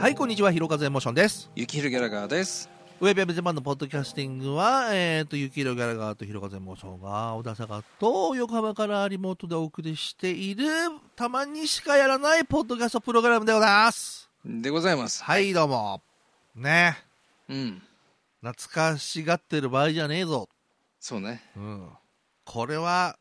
はい、こんにちは。ひろかずエモーションです。 ゆきひろギャラガーです。 ウェブウェブジャパンのポッドキャスティングは、ゆきひろギャラガーとひろかずエモーションが小田坂と横浜からリモートでお送りしている、たまにしかやらないポッドキャストプログラムでございます。 でございます。 はい、どうも。ね。 うん。 懐かしがってる場合じゃねえぞ。 そうね。 うん。これは、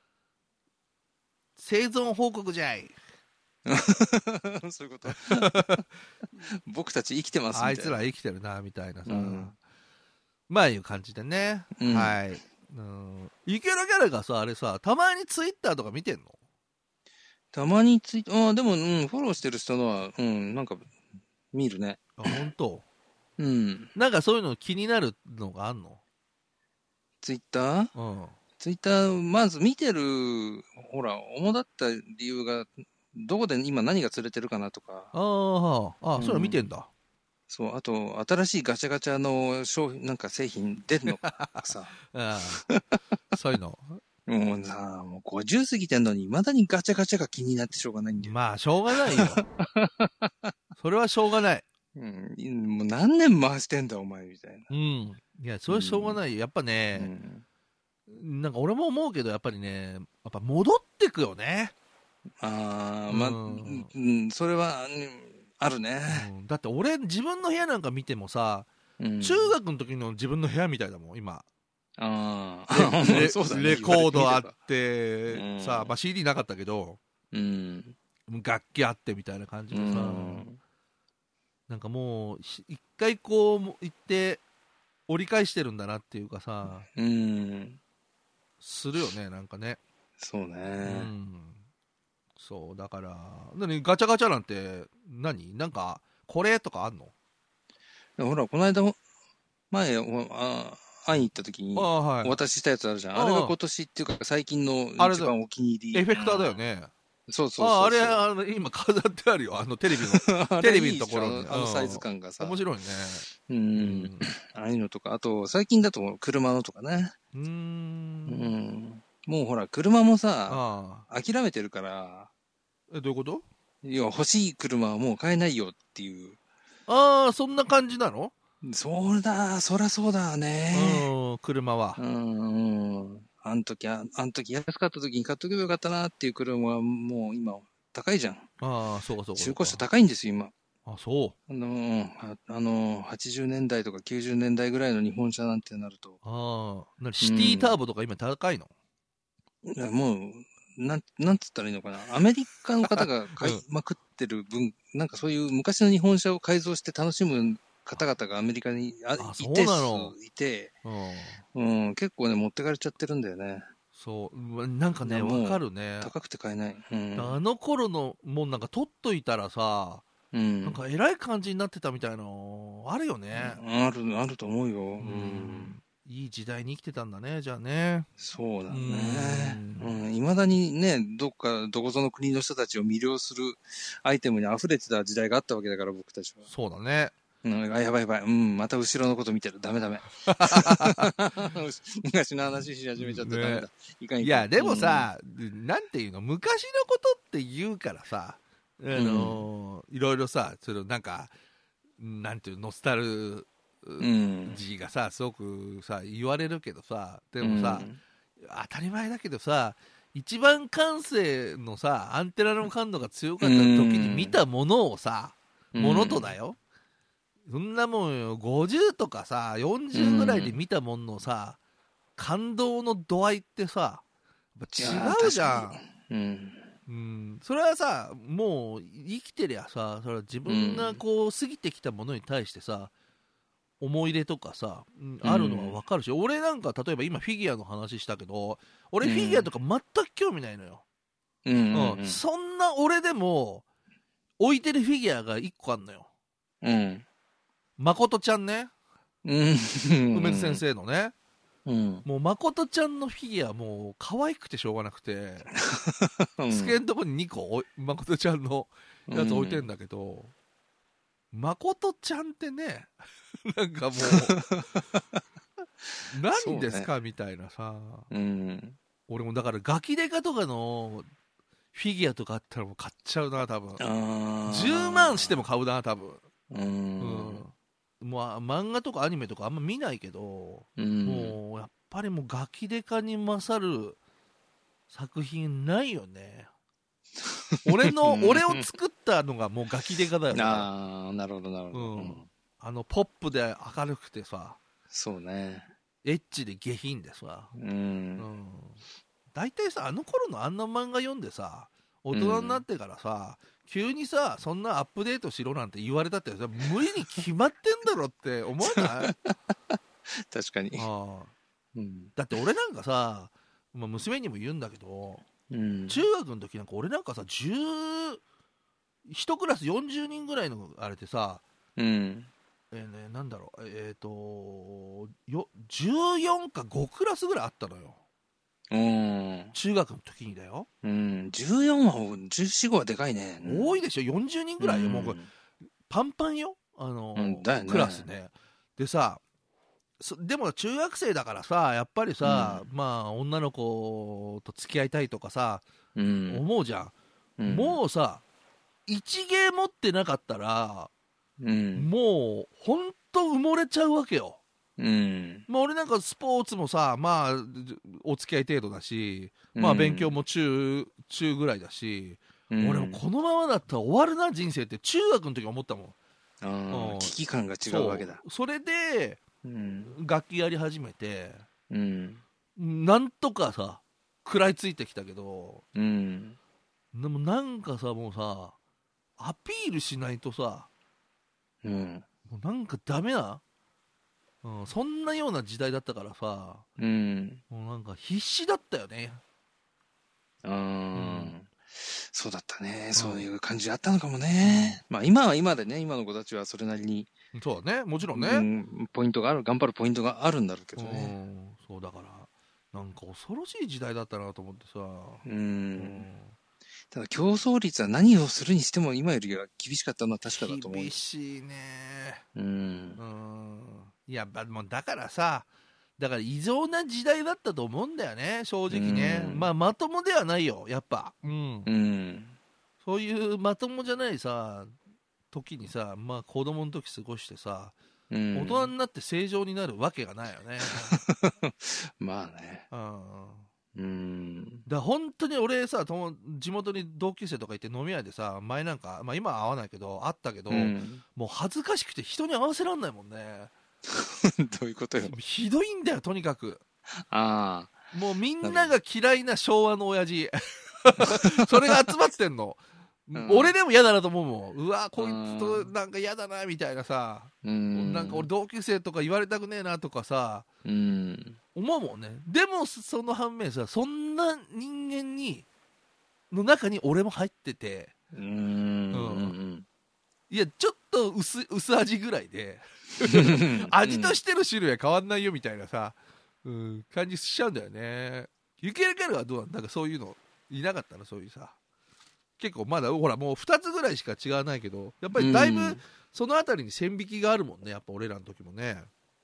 生存報告じゃい。 そういうこと僕たち生きてますみたいな、 あいつら生きてるなみたいなさ、まあいう感じでね、はい。ゆきらギャラがさ、あれさ、たまにツイッターとか見てんの？ たまにツイッター、でも、フォローしてる人のは、なんか見るね。 あ、本当？ なんかそういうの気になるのがあんの？ ツイッター？ツイッター、まず見てる、ほら、主だった理由が、どこで今何が釣れてるかなとか。 そういうの見てんだ。 そう、あと、新しいガチャガチャの商品、なんか製品出るのかさ。 そういうの。 もうさ、もう50過ぎてんのに、未だにガチャガチャが気になってしょうがないんだよ。 まあ、しょうがないよ。それはしょうがない。 もう何年回してんだ、お前、みたいな。 いや、それはしょうがないよ。やっぱね、なんか俺も思うけど、やっぱりね、やっぱ戻ってくよね。それは、あるね、 だって俺自分の部屋なんか見てもさ、中学の時の自分の部屋みたいだもん今。レコードあってさ、CD なかったけど、楽器あってみたいな感じでさ、なんかもう一回こう行って折り返してるんだなっていうかさ、するよね、なんかね。 そうね。 そうだから、ガチャガチャなんてなんかこれとかあんの？ ほらこの間前会いに行った時にお渡ししたやつあるじゃん。あれが今年っていうか最近の一番お気に入り。 エフェクターだよね。 そうあれ今飾ってあるよ、テレビのところに。 サイズ感がさ面白いね。ああいうのとか、あと最近だと車のとかね。もうほら車もさ諦めてるから。 どういうこと？ いや、欲しい車はもう買えないよっていう。 そんな感じなの？ そらそうだね。 車は。 あん時安かった時に買っとけばよかったなっていう車はもう今高いじゃん。 そうか。 中古車高いんですよ、今。 そう。 80年代とか90年代ぐらいの日本車なんてなると。 シティターボとか今高いの？ もう、なんつったらいいのかな。アメリカの方が買いまくってる分、なんかそういう昔の日本車を改造して楽しむ方々がアメリカにいて、結構ね、持ってかれちゃってるんだよね。 そう。なんかね、わかるね。 高くて買えない。 あの頃の、もうなんか取っといたらさ、なんか偉い感じになってたみたいなのあるよね。 あると思うよ。 いい時代に生きてたんだね、じゃあね。 そうだね。未だにね、どこぞの国の人たちを魅了するアイテムに溢れてた時代があったわけだから、僕たちは。 そうだね。 やばい。また後ろのこと見てる。ダメ。昔の話し始めちゃってダメだ。 いや、でもさ、なんていうの、昔のことって言うからさ、いろいろさ、なんか、なんていうノスタルジーがさ、すごくさ、言われるけどさ、でもさ、当たり前だけどさ、一番感性のさ、アンテナの感度が強かった時に見たものをさ、ものとだよ。そんなもんよ、50とかさ、40ぐらいで見たもののさ、感動の度合いってさ、違うじゃん。それはさ、もう生きてりゃさ、それは自分がこう過ぎてきたものに対してさ、思い入れとかさ、あるのは分かるし、俺なんか例えば今フィギュアの話したけど、俺フィギュアとか全く興味ないのよ。そんな俺でも置いてるフィギュアが1個あんのよ。誠ちゃんね。梅津先生のね。もう誠ちゃんのフィギュアもう可愛くてしょうがなくて、机のとこに2個誠ちゃんのやつ置いてんだけど、誠ちゃんってね、なんかもう何ですかみたいなさ、俺もだからガキデカとかのフィギュアとかあったらもう買っちゃうな、多分10万しても買うな、多分。 もう漫画とかアニメとかあんま見ないけど、もうやっぱりもうガキデカに勝る作品ないよね。俺を作ったのがもうガキデカだよね。 ああ、なるほどなるほど。ポップで明るくてさ、 そうね、 エッチで下品でさ、大体さ、あの頃のあんな漫画読んでさ、大人になってからさ、急にさ、そんなアップデートしろなんて言われたってさ、無理に決まってんだろって思わない確かに。 だって俺なんかさ、娘にも言うんだけど、中学の時なんか俺なんかさ、1クラス40人ぐらいのあれでさ、なんだろう、14か5クラスぐらいあったのよ。中学の時にだよ。 14は、14、5はでかいね。 多いでしょ、40人ぐらいよ。もうこれパンパンよ、クラスね。でさ、でも中学生だからさ、やっぱりさ、女の子と付き合いたいとかさ、思うじゃん。もうさ、一芸持ってなかったら、もうほんと埋もれちゃうわけよ。俺なんかスポーツもさ、お付き合い程度だし、勉強も中ぐらいだし、俺もこのままだったら終わるな人生って中学の時思ったもん。危機感が違うわけだ。 それで、楽器やり始めて、なんとかさ食らいついてきたけど、でもなんかさ、もうさアピールしないとさ、もうなんかダメな、そんなような時代だったからさ、もうなんか必死だったよね。 そうだったね。そういう感じあったのかもね。今は今でね、今の子たちはそれなりに。 そうだね、もちろんね。 ポイントがある、頑張るポイントがあるんだろうけどね。 そうだから、なんか恐ろしい時代だったなと思ってさ。 ただ競争率は何をするにしても今よりは厳しかったのは確かだと思う。 厳しいね。いや、もうだからさ、異常な時代だったと思うんだよね、正直ね。まともではないよ、やっぱ。そういうまともじゃないさ、時にさ、子供の時過ごしてさ、大人になって正常になるわけがないよね。 まあね。 本当に俺さ、地元に同級生とかいて飲み屋でさ、前なんか、今は会わないけど、会ったけど、もう恥ずかしくて人に会わせらんないもんね。 どういうことよ。 ひどいんだよ、とにかく。もうみんなが嫌いな昭和の親父。それが集まってんの。俺でも嫌だなと思うもん。うわ、こいつとなんか嫌だなみたいなさ、なんか俺同級生とか言われたくねえなとかさ、思うもんね。でもその反面さ、そんな人間の中に俺も入ってて、いやちょっと薄味ぐらいで味としての種類は変わんないよみたいなさ、感じしちゃうんだよね。ゆきえるはどうなんかそういうのいなかったの、そういうさ。結構まだほらもう2つぐらいしか違わないけど、やっぱりだいぶそのあたりに線引きがあるもんね、やっぱ俺らの時もね。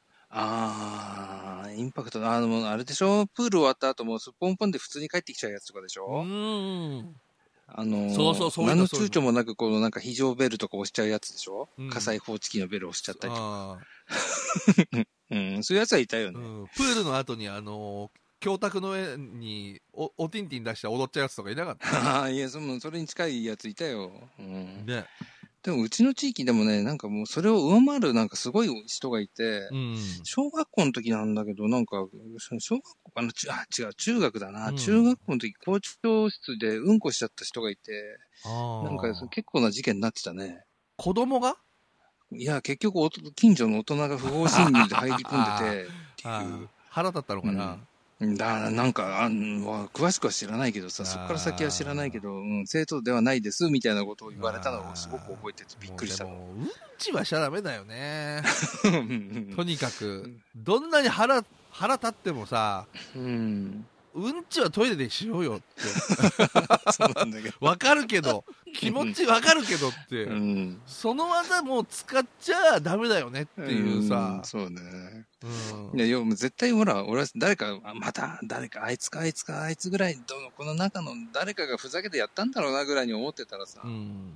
インパクトあれでしょ、プール終わった後もポンポンで普通に帰ってきちゃうやつとかでしょ。そう何の躊躇もなくなんか非常ベルとか押しちゃうやつでしょ、火災報知器のベル押しちゃったりとか。そういうやつはいたよね。 プールの後に教託の上におティンティン出して踊っちゃうやつとかいなかった？ いや、それに近いやついたよ。 ね。 でもうちの地域でもね、なんかもうそれを上回るなんかすごい人がいて、小学校の時なんだけど、なんか、小学校かな、違う、中学だな。中学校の時、校長室でうんこしちゃった人がいて、なんか結構な事件になってたね。 子供が？ いや、結局、近所の大人が不法侵入で入り込んでて、っていう。 腹立ったのかな？ なんか詳しくは知らないけどさ、そこから先は知らないけど、生徒ではないですみたいなことを言われたのをすごく覚えててびっくりしたの。 うんちはしちゃダメだよね。とにかくどんなに腹立ってもさ、うんちはトイレでしようよってそうなんだけどわかるけど、気持ちわかるけどって、その技もう使っちゃダメだよねっていうさ。 そうね。いや、絶対ほら、俺は誰かあいつぐらいこの中の誰かがふざけてやったんだろうなぐらいに思ってたらさ、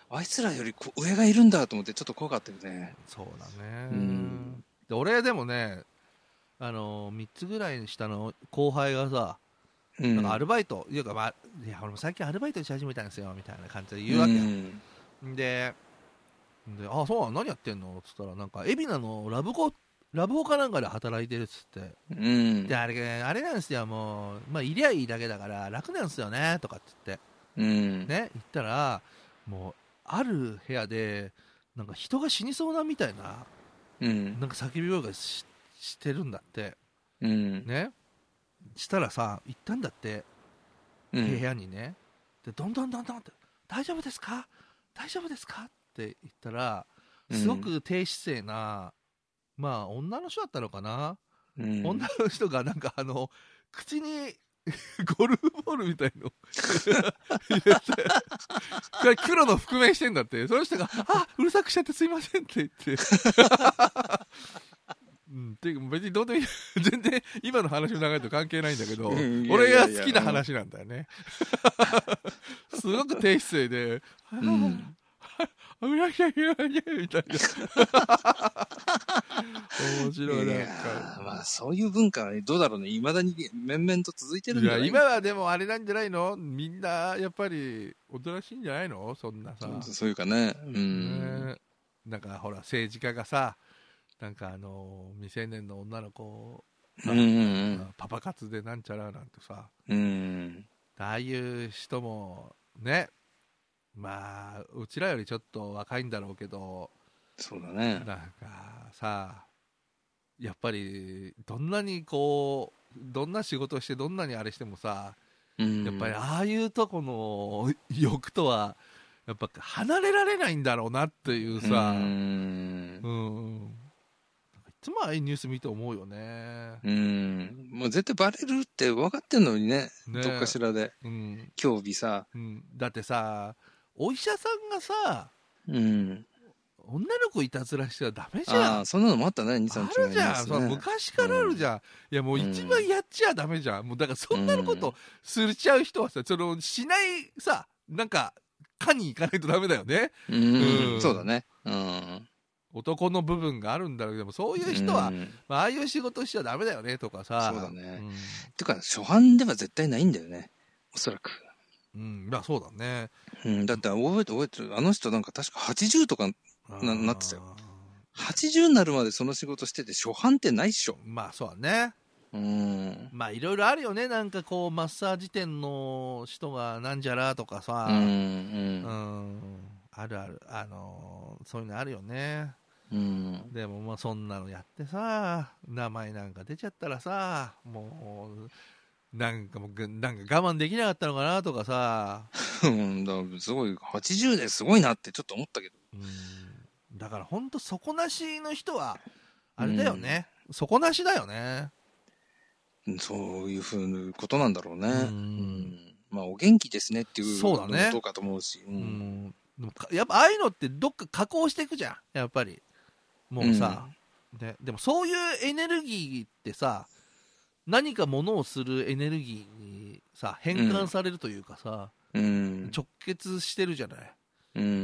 あいつらより上がいるんだと思ってちょっと怖かったよね。 そうだね。で俺でもね、3つぐらい下の後輩がさ、なんかアルバイト、いや俺も最近アルバイトし始めたんですよみたいな感じで言うわけよ。で、あ、そうなの、何やってんのっつったら、なんか海老名のラブホかなんかで働いてるっつって、であれなんですよ、もう、まあ、いりゃいいだけだから楽なんですよねとかって言って、ね、言ったら、もうある部屋でなんか人が死にそうなみたいな、なんか叫び声がしてるんだって、ね、したらさ、行ったんだって、部屋にね、でどんどんって大丈夫ですか大丈夫ですかって言ったら、すごく低姿勢な、まあ女の人だったのかな、女の人がなんか口にゴルフボールみたいの入れて黒の覆面してんだって。その人がうるさくしちゃってすいませんって言ってていうか別にどうでもいい全然今の話の流れと関係ないんだけど、俺が好きな話なんだよねすごく低姿勢でうらしゃいみたいな面白い。なんかまあそういう文化はどうだろうね、いまだに面々と続いてるんじゃない？ 今はでもあれなんじゃないの、みんなやっぱりおとなしいんじゃないの、そんなさ。 そういうかね、 なんかほら政治家がさ、なんか未成年の女の子パパ活でなんちゃらなんてさ、ああいう人もね、まあうちらよりちょっと若いんだろうけど、 そうだね、 なんかさ、やっぱりどんなにこうどんな仕事をしてどんなにあれしてもさ、やっぱりああいうとこの欲とはやっぱ離れられないんだろうなっていうさ、いつもああいうニュース見て思うよね。 もう絶対バレるって分かってんのにね、どっかしらで、興味さ、 だってさ、お医者さんがさ、女の子いたずらしてはダメじゃん。 そんなのもあったね、2、3丁あるじゃん、そう昔からあるじゃん。いやもう一番やっちゃダメじゃん。もうだからそんなのことするちゃう人はさ、しないさ、なんか科に行かないとダメだよね。 そうだね。 男の部分があるんだろうけども、そういう人は、まああいう仕事しちゃダメだよねとかさ。 そうだね。てか初犯では絶対ないんだよね、おそらく。 まあそうだね。 だって覚えてる、あの人なんか確か80とかなってたよ。80になるまでその仕事してて初犯ってないっしょ。 まあそうだね。まあいろいろあるよね、なんかこうマッサージ店の人がなんじゃらとかさ、あるある、そういうのあるよね。でもまあそんなのやってさ、名前なんか出ちゃったらさ、もうなんか我慢できなかったのかなとかさすごい80ですごいなってちょっと思ったけど、 だからほんと底なしの人はあれだよね、底なしだよね。 そういうふうなことなんだろうね。まあお元気ですねっていうのもどうかと思うし、でもやっぱああいうのってどっか加工していくじゃん、やっぱりもうさ、でもそういうエネルギーってさ、何かものをするエネルギーにさ変換されるというかさ、直結してるじゃない、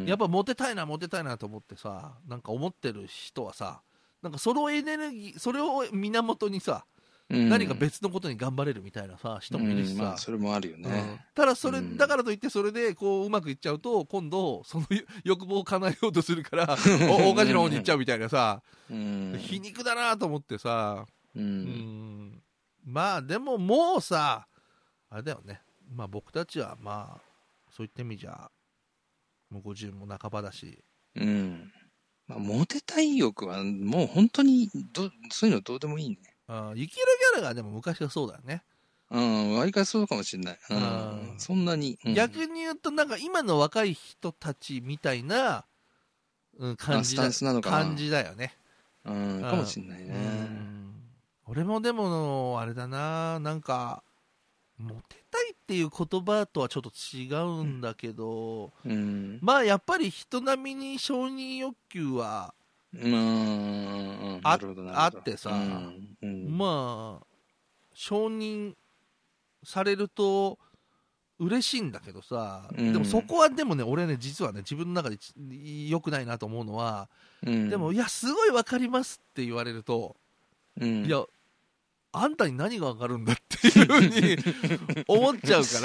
やっぱモテたいなと思ってさ、なんか思ってる人はさ、なんかそのエネルギー、それを源にさ、何か別のことに頑張れるみたいなさ人もいるしさ、 まあそれもあるよね。 ただそれだからといってそれでこううまくいっちゃうと、今度その欲望を叶えようとするから大火事の方に行っちゃうみたいなさ、皮肉だなと思ってさ、まあでももうさあれだよね、まあ僕たちはまあそういった意味じゃもう50も半ばだし、 まあ、モテたい欲はもう本当にそういうのどうでもいいね。 生きるギャラがでも昔はそうだよね。 割かしそうかもしれない。そんなに、 逆に言うとなんか今の若い人たちみたいな、感じだよね。 かもしれないね。 俺もでもあれだな、なんかモテたいっていう言葉とはちょっと違うんだけど、まあやっぱり人並みに承認欲求はあってさ、まあ承認されると嬉しいんだけどさ、 うんでもそこはでもね、俺ね、実はね、自分の中で良くないなと思うのは、 うん、 でも、いや、すごいわかりますって言われると、 うん、 いや、あんたに何がわかるんだっていうふうに思っちゃうから、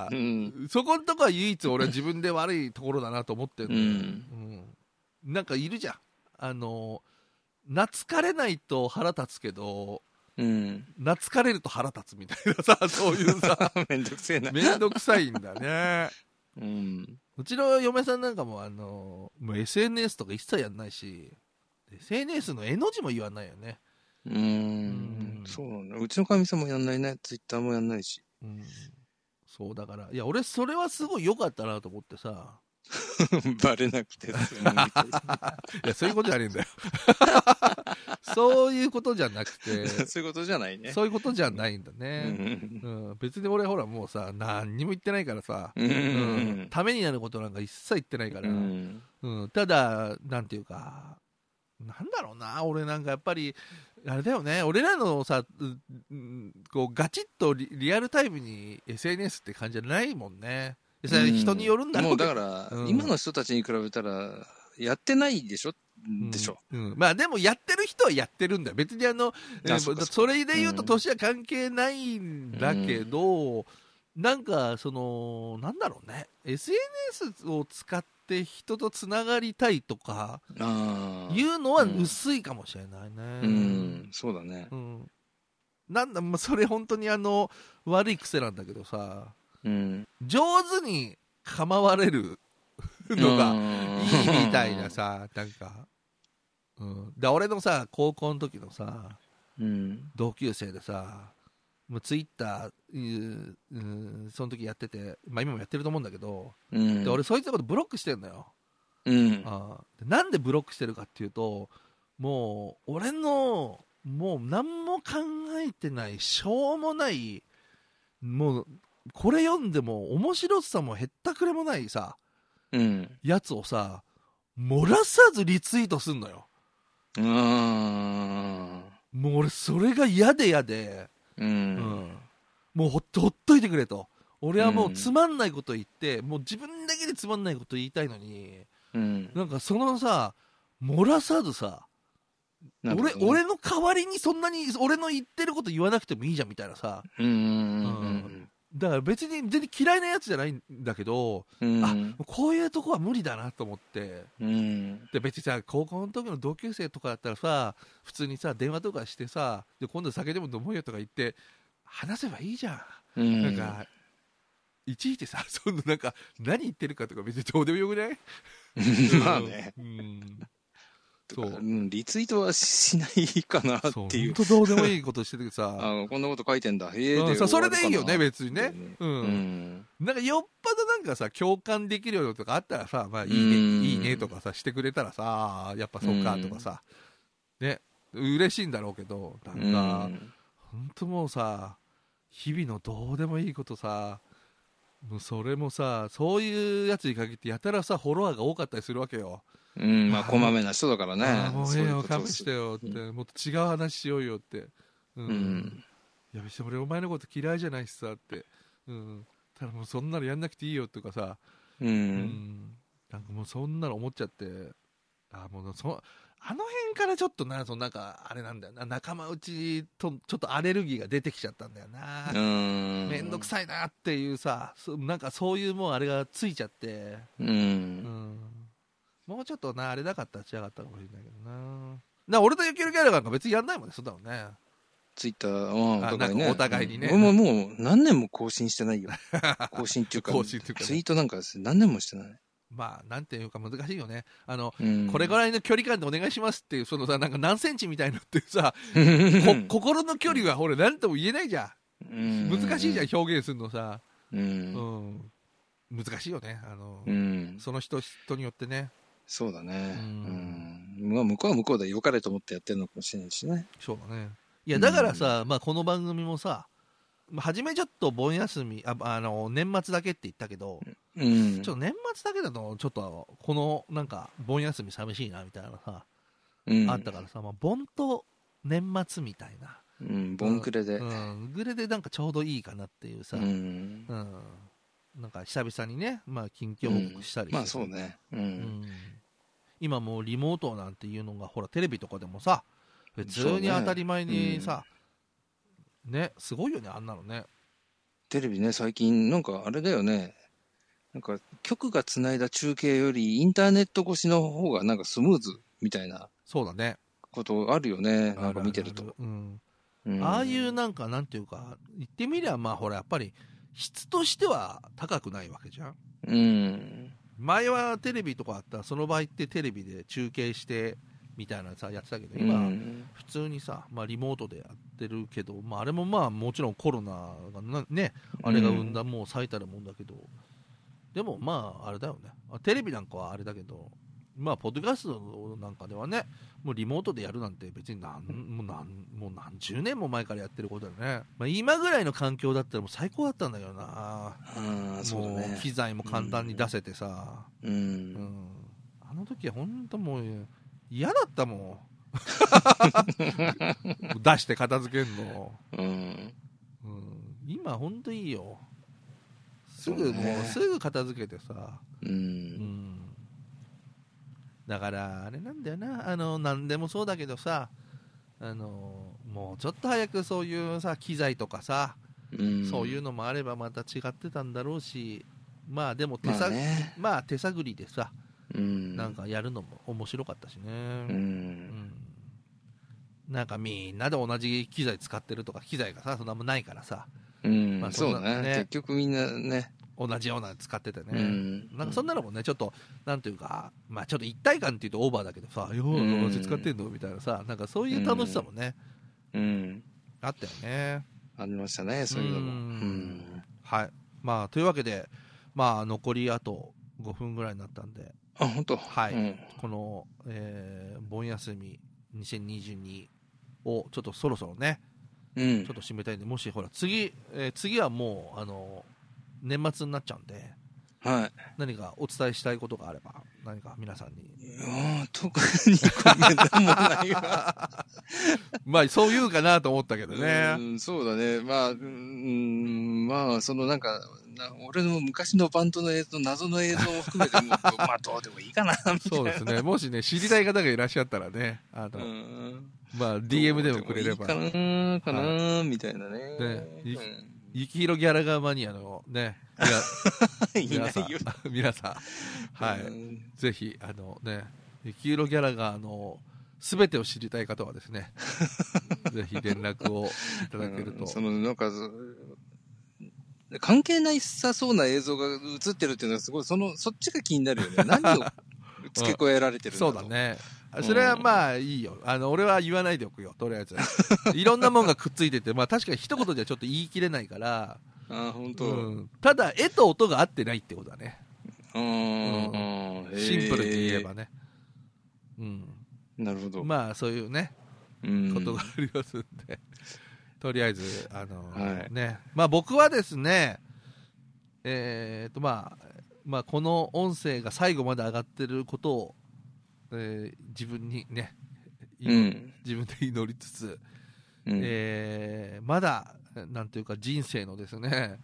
うん、 そこのとこは唯一俺は自分で悪いところだなと思ってるんだよ、 うんうんなんかいるじゃん。懐かれないと腹立つけど、 うん、 懐かれると腹立つみたいなさ、そういうさ、 めんどくせえな。 めんどくさいんだね。 うん、 うちの嫁さんなんかももう SNS とか一切やんないし、SNS の絵の字も言わないよね。 そうなんだ。うちのかみさんもやんないね。ツイッターもやんないし。 そうだから、いや、俺、それはすごい良かったなと思ってさ。 バレなくて。いや、そういうことじゃねえんだよ。そういうことじゃなくて。 そういうことじゃないね。 そういうことじゃないんだね。別に俺、ほら、もうさ、何にも言ってないからさ、ためになることなんか一切言ってないから、ただ、なんていうか、なんだろうな、俺なんかやっぱり、あれだよね、俺らのさ、こうガチッとリアルタイムに SNS って感じじゃないもんね。人によるんだろうけど。 もうだから、今の人たちに比べたら、やってないでしょまあでもやってる人はやってるんだよ。別にそれで言うと年は関係ないんだけど、なんかなんだろうね、SNS を使って人とつながりたいとかいうのは薄いかもしれないね。 そうだね。 なんだ、まあ、それ本当に悪い癖なんだけどさ、上手に構われるのがいいみたいなさ、なんか、で俺のさ、高校の時のさ、同級生でさ、もうツイッター、その時やってて、まあ今もやってると思うんだけど、で俺そいつのことブロックしてんのよ。なんでブロックしてるかっていうと、もう俺のもう何も考えてないしょうもない、もうこれ読んでも面白さもへったくれもないさ、やつをさ漏らさずリツイートすんのよ。もう俺それが嫌で嫌で、もうほっといてくれと。俺はもうつまんないこと言って、もう自分だけでつまんないこと言いたいのに、なんかそのさ漏らさずさ、俺の代わりにそんなに俺の言ってること言わなくてもいいじゃんみたいなさ、だから別に全然嫌いなやつじゃないんだけど、こういうとこは無理だなと思って、で別にさ高校の時の同級生とかだったらさ普通にさ電話とかしてさ、で今度酒でも飲もうよとか言って話せばいいじゃん。なんかいちいちさそんななんか何言ってるかとか別にどうでもよくない？ まあね。そうリツイートはしないかなっていう。 本当どうでもいいことしててさこんなこと書いてんだ。 それでいいよね別にね。なんかよっぽどなんかさ共感できるようなとかあったらさ、まあいいねとかさしてくれたらさ、やっぱそうかとかさね嬉しいんだろうけど、なんか本当もうさ日々のどうでもいいことさ、もうそれもさそういうやつに限ってやたらさフォロワーが多かったりするわけよ。 まあこまめな人だからね。 もうよ勘弁してよって、もっと違う話しようよって、いや別に俺お前のこと嫌いじゃないしさって、ただもうそんなのやんなくていいよとかさ、なんかもうそんなの思っちゃって、もうあの辺からちょっとな、なんかあれなんだよな、仲間内とちょっとアレルギーが出てきちゃったんだよな。めんどくさいなっていうさ、なんかそういうもうあれがついちゃって、もうちょっとなあれなかったら違かったかもしれないけどな。俺とユキルギャラなんか別にやんないもんね、そうだろうね。 ツイッター、 お互いにね。 もう何年も更新してないよ。更新っていうか、ツイートなんか何年もしてない。 まあ、なんていうか難しいよね。これぐらいの距離感でお願いしますっていう、そのさ、なんか何センチみたいなってさ、心の距離は俺何とも言えないじゃん。難しいじゃん、表現するのさ。難しいよね。その人によってね。 そうだね。まあ向こうは向こうで良かれと思ってやってるのかもしれないしね。 そうだね。いやだからさ、まあこの番組もさ、初めちょっと盆休み年末だけって言ったけど、ちょっと年末だけだとちょっとこのなんか盆休み寂しいなみたいなさ、あったからさ、まあ盆と年末みたいな、 盆暮れで、 暮れでなんかちょうどいいかなっていうさ、 なんか久々にね、まあ、近況報告したりして、 まあそうね、 今もうリモートなんていうのがほらテレビとかでもさ普通に当たり前にさ、ね、すごいよねあんなのね。 テレビね、最近なんかあれだよね、なんか局がつないだ中継よりインターネット越しの方がなんかスムーズみたいな、 そうだね、 ことあるよね、なんか見てると。 ああいうなんかなんていうか言ってみりゃまあほらやっぱり質としては高くないわけじゃん。前はテレビとかあったらその場合ってテレビで中継してみたいなさやってたけど今普通にさ、まあ、リモートでやってるけど、まあ、あれもまあもちろんコロナがねあれが生んだもう最たるもんだけど、でもまああれだよね、テレビなんかはあれだけどまあポッドキャストなんかではねもうリモートでやるなんて別にもう何十年も前からやってることだよね、まあ、今ぐらいの環境だったらもう最高だったんだけどな。 そうだね、 もう機材も簡単に出せてさ、あの時は本当もう嫌だったもん出して片付けんの、今本当いいよ、すぐ片付けてさ、だからあれなんだよな、何でもそうだけどさ、もうちょっと早くそういうさ機材とかさ、そういうのもあればまた違ってたんだろうし、まあでも手探りでさ、なんかやるのも面白かったしね、なんかみんなで同じ機材使ってるとか機材がさそんなもないからさ、 まあ、そうね、結局みんなね同じような使っててね、なんかそんなのもねちょっとなんていうか、まあちょっと一体感っていうとオーバーだけどさ、よ同じ使ってんのみたいなさ、なんかそういう楽しさもね、あったよね。 ありましたね、そういうのも。 はい、まあというわけで、まあ残りあと5分ぐらいになったんで、 本当、 はい、この、盆休み2022をちょっとそろそろね、ちょっと締めたいんで、もしほら次はもう年末になっちゃうんで、何かお伝えしたいことがあれば何か皆さんに。 特にコメントもないわまあそう言うかなと思ったけどね。 そうだね、まあまあそのなんか俺の昔のバンドの映像、謎の映像も含めてもまあどうでもいいかなみたいな。 そうですね、もしね知りたい方がいらっしゃったらね、まあ DM でもくれればいいかなみたいなね。 雪広ギャラガーマニアのね皆さん、はい、ぜひね雪広ギャラガーのすべてを知りたい方はですねぜひ連絡をいただけると、 そのなんか関係ないさそうな映像が映ってるっていうのはすごいそっちが気になるよね。何を付け加えられてるんだと、 そうだね。それはまあいいよ、俺は言わないでおくよ、とりあえずいろんなもんがくっついてて、まあ確かに一言じゃちょっと言い切れないから、 本当、 ただ絵と音が合ってないってことだね。シンプルに言えばね、 なるほど。まあそういうねことがありますんでとりあえずね、まあ僕はですねまあこの音声が最後まで上がってることを、自分にね、自分で祈りつつ、まだなんていうか人生のですね、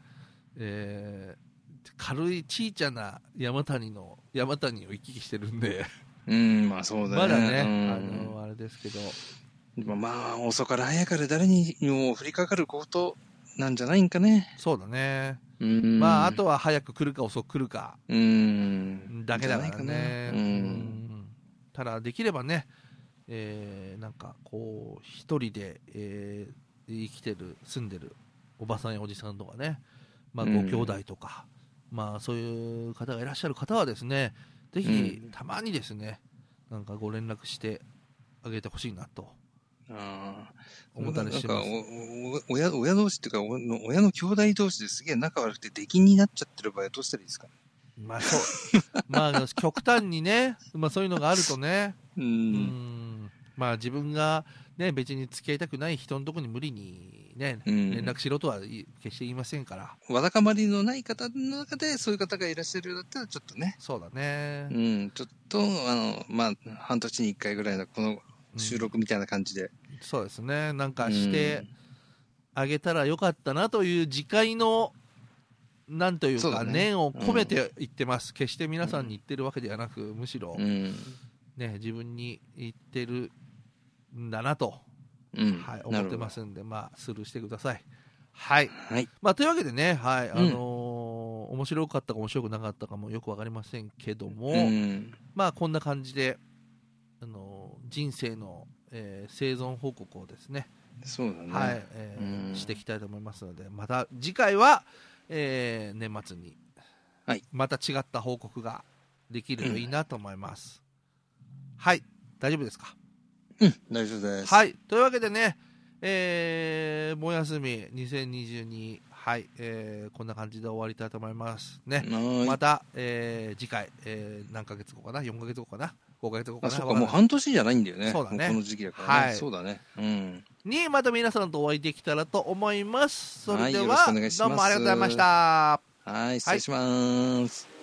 軽い小さな山谷を行き来してるんでまあそうだね、 まだね、あれですけど、 まあ遅から早から誰にも降りかかることなんじゃないんかね。 そうだね。まああとは早く来るか遅く来るかだけだからね。ただできればね、なんかこう一人で、生きてる住んでるおばさんやおじさんとかね、まあご兄弟とか、まあそういう方がいらっしゃる方はですね、ぜひたまにですね、なんかご連絡してあげてほしいなと思ったりします。 親同士っていうか親の兄弟同士ですげえ仲悪くて出禁になっちゃってる場合はどうしたらいいですかね。 まあそうまあ極端にね、まあそういうのがあるとね、まあ自分がね別に付き合いたくない人のところに無理にね連絡しろとは決して言いませんから。 わだかまりのない方の中でそういう方がいらっしゃるようだったらちょっとね。 そうだね。 ちょっとまあ半年に1回ぐらいのこの収録みたいな感じで。 そうですね。なんかしてあげたらよかったなという自戒のなんというか、 そうだね念を込めて言ってます。決して皆さんに言ってるわけではなく、むしろ、 うんね、自分に言ってるんだなと、 うんはい、思ってますんで、まあ、スルーしてください。はい。 はい。 まあ、というわけでね、はい、面白かったか面白くなかったかもよくわかりませんけども、まあ、こんな感じで、人生の、生存報告をですね、 そうだね。 はい、していきたいと思いますので、また次回は、年末に、 はい、 また違った報告ができるといいなと思います。はい、大丈夫ですか？ 大丈夫です。 はい、というわけでね、盆休み2022、はい、こんな感じで終わりたいと思いますね。また、次回、何ヶ月後かな、4ヶ月後かな、5ヶ月後かな。 そうか、もう半年じゃないんだよね。 そうだね。 この時期だからね。 はい、 そうだね。 にまた皆さんとお会いできたらと思います。それでは、 はい、よろしくお願いします。 どうもありがとうございました。 はい、失礼します。